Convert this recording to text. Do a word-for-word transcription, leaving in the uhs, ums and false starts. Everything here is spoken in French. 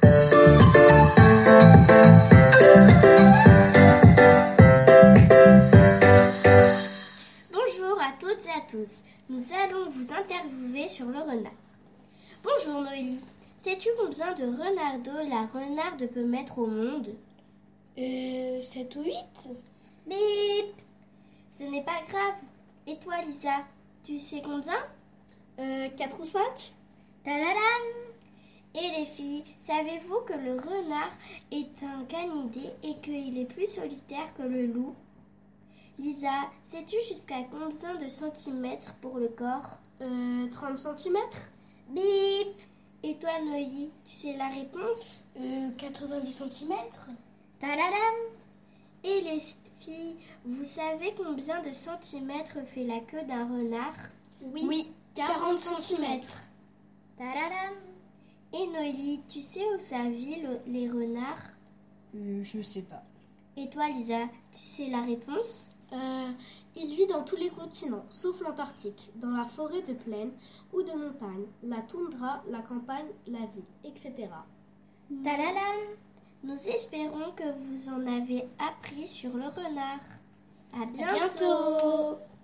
Bonjour à toutes et à tous, nous allons vous interviewer sur le renard. Bonjour Noélie, sais-tu combien de renardeaux la renarde peut mettre au monde? Euh, sept ou huit? Bip! Ce n'est pas grave. Et toi Lisa, tu sais combien? Euh, quatre ou cinq? Tadadam! Et les filles, savez-vous que le renard est un canidé et qu'il est plus solitaire que le loup? Lisa, sais-tu jusqu'à combien de centimètres pour le corps? Euh, trente centimètres? Bip! Et toi Noélie, tu sais la réponse? Euh, quatre-vingt-dix centimètres? Tadadam! Et les filles, vous savez combien de centimètres fait la queue d'un renard? Oui, oui, quarante centimètres. Tadadam! Et Noélie, tu sais où ça vit le- les renards? Euh, je sais pas. Et toi Lisa, tu sais la réponse? Euh, il vit dans tous les continents, sauf l'Antarctique, dans la forêt de plaine ou de montagne, la toundra, la campagne, la ville, et cetera. Tadadam! Nous espérons que vous en avez appris sur le renard. À bientôt! À bientôt.